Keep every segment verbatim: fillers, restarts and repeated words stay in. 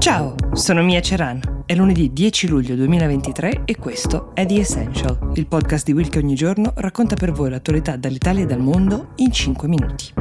Ciao, sono Mia Ceran. È lunedì dieci luglio duemilaventitré e questo è The Essential, il podcast di Will che ogni giorno racconta per voi l'attualità dall'Italia e dal mondo in cinque minuti.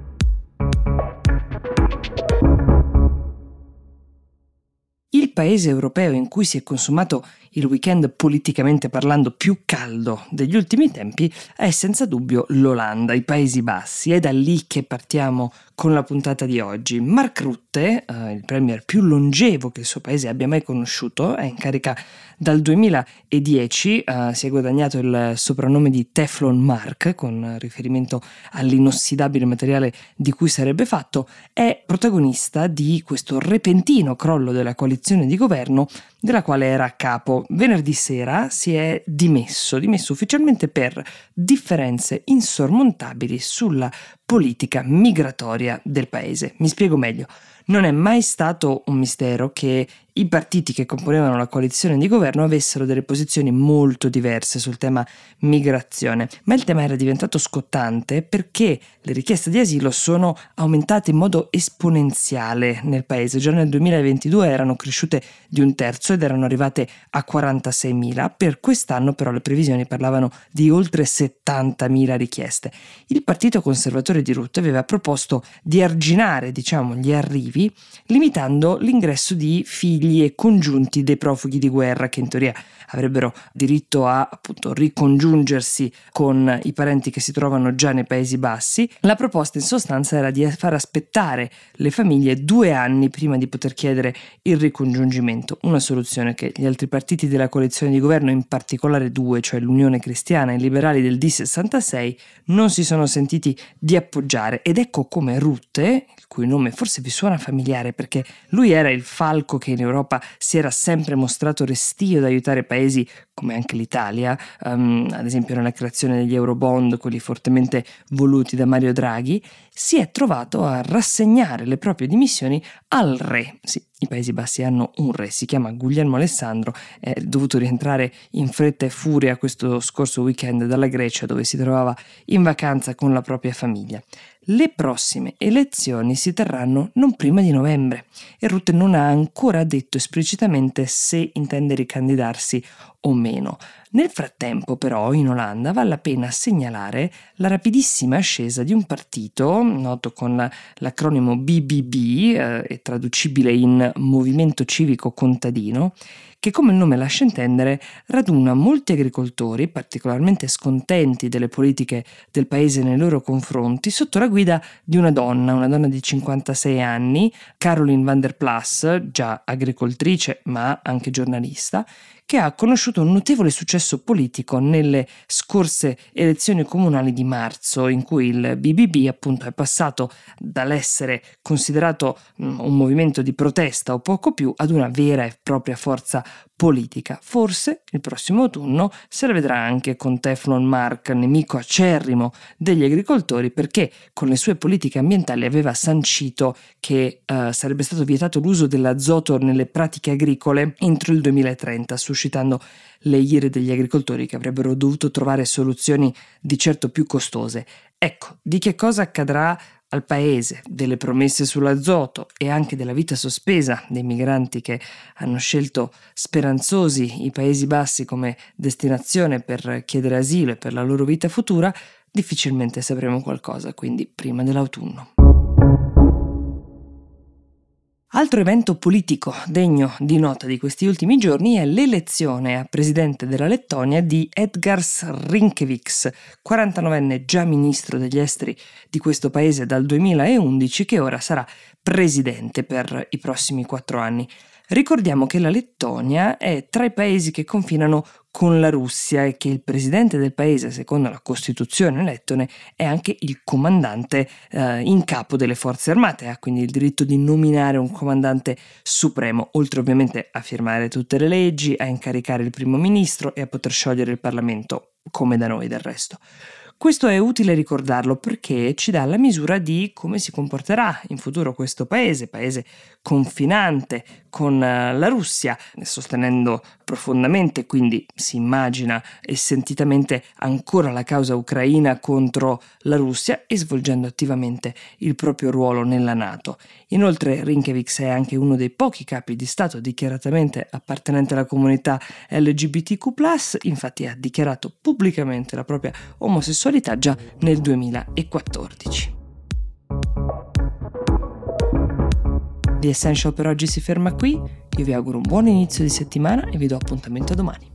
Il paese europeo in cui si è consumato il weekend politicamente parlando più caldo degli ultimi tempi è senza dubbio l'Olanda, i Paesi Bassi. È da lì che partiamo con la puntata di oggi. Mark Rutte, eh, il premier più longevo che il suo paese abbia mai conosciuto, è in carica dal duemiladieci, eh, si è guadagnato il soprannome di Teflon Mark, con riferimento all'inossidabile materiale di cui sarebbe fatto, è protagonista di questo repentino crollo della coalizione di governo della quale era a capo. Venerdì sera si è dimesso, dimesso ufficialmente per differenze insormontabili sulla politica migratoria del paese. Mi spiego meglio. Non è mai stato un mistero che i partiti che componevano la coalizione di governo avessero delle posizioni molto diverse sul tema migrazione, ma il tema era diventato scottante perché le richieste di asilo sono aumentate in modo esponenziale nel paese. Già nel duemilaventidue erano cresciute di un terzo ed erano arrivate a quarantaseimila. Per quest'anno però le previsioni parlavano di oltre settantamila richieste. Il partito conservatore di Rutte aveva proposto di arginare, diciamo, gli arrivi limitando l'ingresso di figli e congiunti dei profughi di guerra che in teoria avrebbero diritto a appunto ricongiungersi con i parenti che si trovano già nei Paesi Bassi. La proposta in sostanza era di far aspettare le famiglie due anni prima di poter chiedere il ricongiungimento, una soluzione che gli altri partiti della coalizione di governo, in particolare due, cioè l'Unione Cristiana e i liberali del D sessantasei, non si sono sentiti di appoggiare. Ed ecco come Rutte, il cui nome forse vi suona familiare perché lui era il falco che in Europa si era sempre mostrato restio ad aiutare paesi come anche l'Italia, um, ad esempio nella creazione degli Eurobond, quelli fortemente voluti da Mario Draghi, si è trovato a rassegnare le proprie dimissioni al re. Sì, i Paesi Bassi hanno un re, si chiama Guglielmo Alessandro, è dovuto rientrare in fretta e furia questo scorso weekend dalla Grecia, dove si trovava in vacanza con la propria famiglia. Le prossime elezioni si terranno non prima di novembre e Rutte non ha ancora detto esplicitamente se intende ricandidarsi o meno. Nel frattempo però in Olanda vale la pena segnalare la rapidissima ascesa di un partito noto con la, l'acronimo B B B, eh, e traducibile in Movimento Civico Contadino, che come il nome lascia intendere raduna molti agricoltori particolarmente scontenti delle politiche del paese nei loro confronti sotto la guida di una donna, una donna di cinquantasei anni, Caroline van der Plas, già agricoltrice ma anche giornalista, che ha conosciuto un notevole successo politico nelle scorse elezioni comunali di marzo, in cui il B B B appunto è passato dall'essere considerato um, un movimento di protesta o poco più ad una vera e propria forza politica. Forse il prossimo autunno se la vedrà anche con Teflon Mark, nemico acerrimo degli agricoltori, perché con le sue politiche ambientali aveva sancito che uh, sarebbe stato vietato l'uso dell'azoto nelle pratiche agricole entro il duemilatrenta, suscitando le ire degli agricoltori che avrebbero dovuto trovare soluzioni di certo più costose. Ecco, di che cosa accadrà al paese, delle promesse sull'azoto e anche della vita sospesa dei migranti che hanno scelto speranzosi i Paesi Bassi come destinazione per chiedere asilo e per la loro vita futura, difficilmente sapremo qualcosa, quindi prima dell'autunno. Altro evento politico degno di nota di questi ultimi giorni è l'elezione a presidente della Lettonia di Edgars Rinkēvičs, quarantanovenne già ministro degli esteri di questo paese dal duemilaundici, che ora sarà presidente per i prossimi quattro anni. Ricordiamo che la Lettonia è tra i paesi che confinano con la Russia e che il presidente del paese, secondo la Costituzione lettone, è anche il comandante eh, in capo delle forze armate, ha quindi il diritto di nominare un comandante supremo, oltre ovviamente a firmare tutte le leggi, a incaricare il primo ministro e a poter sciogliere il Parlamento, come da noi del resto. Questo è utile ricordarlo perché ci dà la misura di come si comporterà in futuro questo paese, paese confinante con la Russia, sostenendo profondamente, quindi si immagina e sentitamente, ancora la causa ucraina contro la Russia e svolgendo attivamente il proprio ruolo nella NATO. Inoltre Rinkevics è anche uno dei pochi capi di Stato dichiaratamente appartenente alla comunità L G B T Q plus, infatti ha dichiarato pubblicamente la propria omosessualità già nel duemilaquattordici. The Essential per oggi si ferma qui, io vi auguro un buon inizio di settimana e vi do appuntamento domani.